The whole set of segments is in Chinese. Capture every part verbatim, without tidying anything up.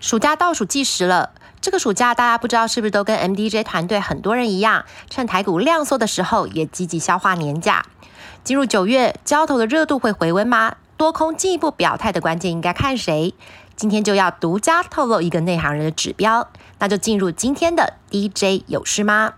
暑假倒数计时了，这个暑假大家不知道是不是都跟 M D J 团队很多人一样，趁台股量缩的时候也积极消化年假。进入九月，交投的热度会回温吗？多空进一步表态的关键应该看谁？今天就要独家透露一个内行人的指标，那就进入今天的 D J 有事吗？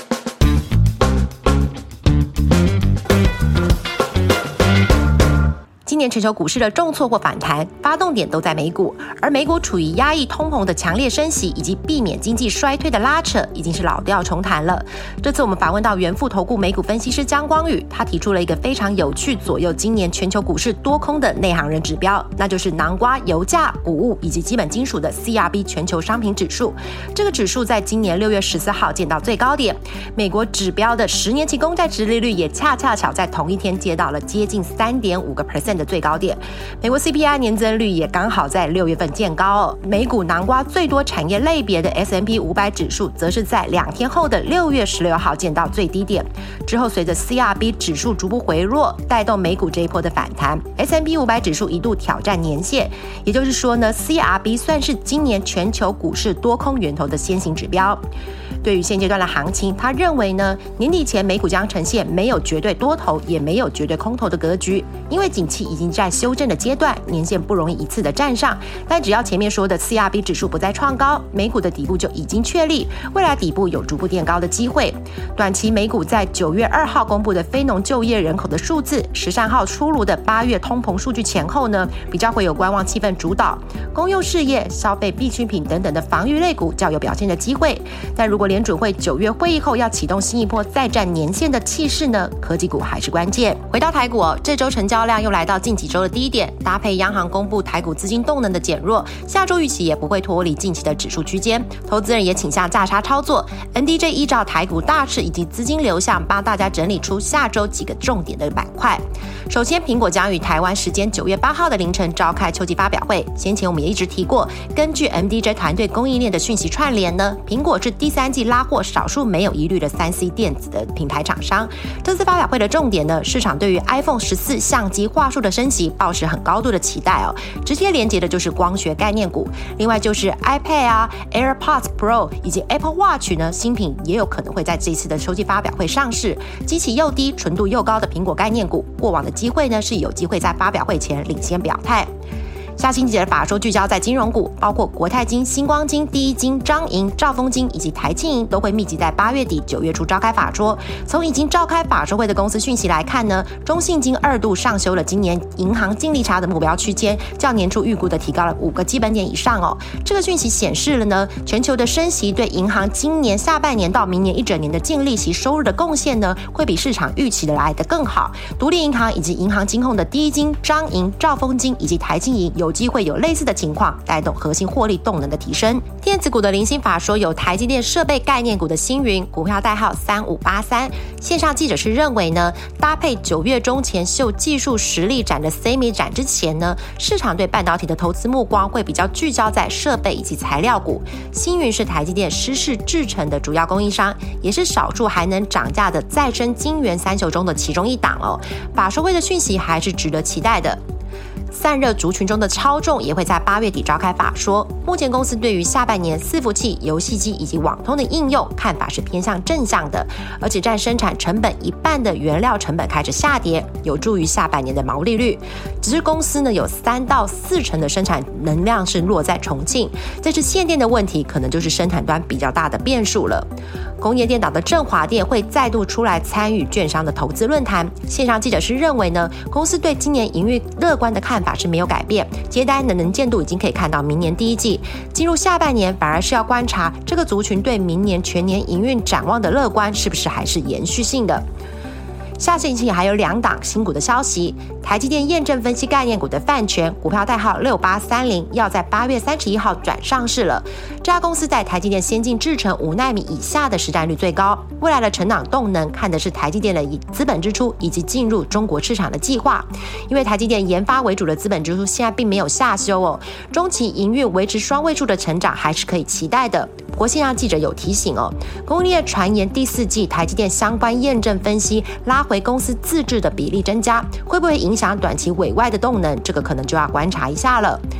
今年全球股市的重挫或反弹，发动点都在美股，而美股处于压抑通膨的强烈升息以及避免经济衰退的拉扯，已经是老调重弹了。这次我们访问到元富投顾美股分析师江光宇，他提出了一个非常有趣左右今年全球股市多空的内行人指标，那就是囊括油价、谷物以及基本金属的 C R B 全球商品指数。这个指数在今年六月十四号见到最高点，美国指标的十年期公债殖利率也恰恰巧在同一天接到了接近 百分之三点五 的最高点，美国 C P I 年增率也刚好在六月份见高哦。美股囊括最多产业类别的 S and P 五百 指数，则是在两天后的六月十六号见到最低点，之后随着 C R B 指数逐步回落，带动美股这一波的反弹。S and P 五百 指数一度挑战年线，也就是说呢 ，C R B 算是今年全球股市多空源头的先行指标。对于现阶段的行情，他认为呢，年底前美股将呈现没有绝对多头，也没有绝对空头的格局，因为景气已经在修正的阶段，年线不容易一次的站上。但只要前面说的 C R B 指数不再创高，美股的底部就已经确立，未来底部有逐步垫高的机会。短期美股在九月二号公布的非农就业人口的数字，十三号出炉的八月通膨数据前后呢，比较会有观望气氛主导，公用事业、消费必需品等等的防御类股较有表现的机会。但如果联准会九月会议后要启动新一波再战年线的气势呢，科技股还是关键。回到台股哦，这周成交量又来到近几周的低点，搭配央行公布台股资金动能的减弱，下周预期也不会脱离近期的指数区间，投资人也倾向价差操作。M D J 依照台股大势以及资金流向，帮大家整理出下周几个重点的板块。首先，苹果将于台湾时间九月八号的凌晨召开秋季发表会。先前我们也一直提过，根据 M D J 团队供应链的讯息串联呢，苹果是第三季拉货少数没有疑虑的 三 C 电子的品牌厂商。这次发表会的重点呢，市场对于 iPhone 十四相机画素的升级抱持很高度的期待哦。直接连接的就是光学概念股，另外就是 iPad 啊、AirPods Pro 以及 Apple Watch 呢，新品也有可能会在这次的秋季发表会上市。基期又低、纯度又高的苹果概念股，过往的机会呢是有机会在发表会前领先表态。下星期的法说聚焦在金融股，包括国泰金、星光金、第一金、彰银、兆丰金以及台庆银都会密集在八月底、九月初召开法说。从已经召开法说会的公司讯息来看呢，中信金二度上修了今年银行净利差的目标区间，较年初预估的提高了五个基本点以上哦。这个讯息显示了呢，全球的升息对银行今年下半年到明年一整年的净利息收入的贡献呢，会比市场预期的来得更好。独立银行以及银行金控的第一金、彰银、兆丰金以及台庆银有有机会有类似的情况，带动核心获利动能的提升。电子股的零星法说有台积电设备概念股的星云，股票代号三五八三。线上记者是认为呢，搭配九月中前秀技术实力展的 C M I 展之前呢，市场对半导体的投资目光会比较聚焦在设备以及材料股。星云是台积电湿式制程的主要供应商，也是少数还能涨价的再生晶圆三雄中的其中一档哦。法说会的讯息还是值得期待的。散热族群中的超重也会在八月底召开法说。目前公司对于下半年伺服器、游戏机以及网通的应用看法是偏向正向的，而且占生产成本一半的原料成本开始下跌，有助于下半年的毛利率。只是公司呢有三到四成的生产能量是落在重庆，这次限电的问题可能就是生产端比较大的变数了。工业电脑的振华电会再度出来参与券商的投资论坛。线上记者是认为呢，公司对今年营运乐观的看法是没有改变，接单的能见度已经可以看到明年第一季。进入下半年反而是要观察这个族群对明年全年营运展望的乐观是不是还是延续性的。下星期还有两档新股的消息，台积电验证分析概念股的泛全，股票代号六八三零，要在八月三十一号转上市了。这家公司在台积电先进制程五奈米以下的实战率最高，未来的成长动能看的是台积电的资本支出以及进入中国市场的计划。因为台积电研发为主的资本支出现在并没有下修哦，中期营运维持双位数的成长还是可以期待的。不过线上记者有提醒哦，供应链传言第四季台积电相关验证分析拉回公司自制的比例增加，会不会影响短期委外的动能？这个可能就要观察一下了。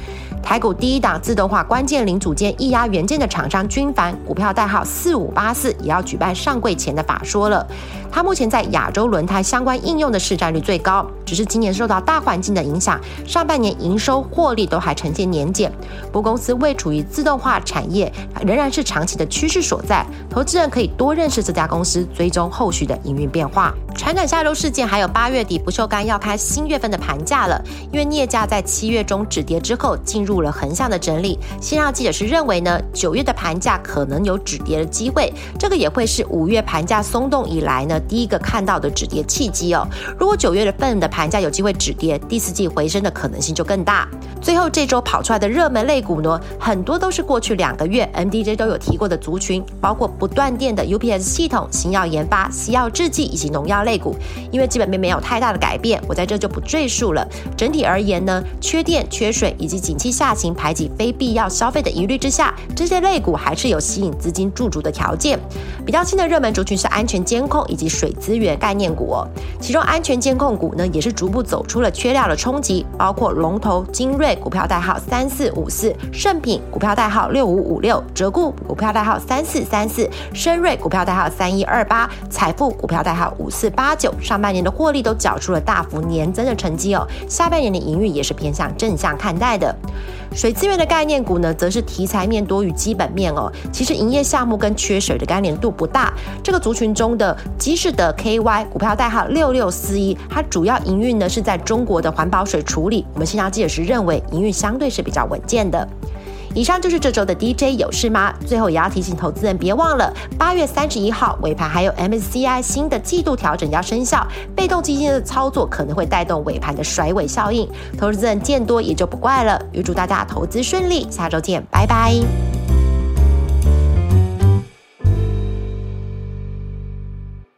台股第一档自动化关键零组件液压元件的厂商均帆，股票代号四五八四，也要举办上柜前的法说了。它目前在亚洲轮胎相关应用的市占率最高，只是今年受到大环境的影响，上半年营收获利都还呈现年减。不过公司位处于自动化产业，仍然是长期的趋势所在，投资人可以多认识这家公司，追踪后续的营运变化。传产下周事件还有八月底不锈钢要开新月份的盘价了，因为镍价在七月中止跌之后进入了横向的整理。新浪记者是认为呢，九月的盘价可能有止跌的机会，这个也会是五月盘价松动以来呢第一个看到的止跌契机哦。如果九月份的盘价有机会止跌，第四季回升的可能性就更大。最后这周跑出来的热门类股呢，很多都是过去两个月 M D J 都有提过的族群，包括不断电的 U P S 系统、新药研发、西药制剂以及农药类股。因为基本面没有太大的改变，我在这就不赘述了。整体而言呢，缺电、缺水以及景气下行排挤非必要消费的疑虑之下，这些类股还是有吸引资金驻足的条件。比较新的热门族群是安全监控以及水资源概念股哦，其中安全监控股呢也是逐步走出了缺料的冲击，包括龙头精锐股票代号三四五四，盛品股票代号六五五六，折固股票代号三四三四，深瑞股票代号三一二八，彩富股票代号五四八九，上半年的获利都缴出了大幅年增的成绩哦，下半年的营运也是偏向正向看待的。水资源的概念股呢，则是题材面多于基本面哦。其实营业项目跟缺水的关联度不大。这个族群中的基士德 K Y 股票代号六六四一，它主要营运呢是在中国的环保水处理。我们新浪记者是认为营运相对是比较稳健的。以上就是这周的 D J 有事吗？最后也要提醒投资人别忘了，八月三十一号尾盘还有 M S C I 新的季度调整要生效，被动基金的操作可能会带动尾盘的甩尾效应，投资人见多也就不怪了。预祝大家投资顺利，下周见，拜拜。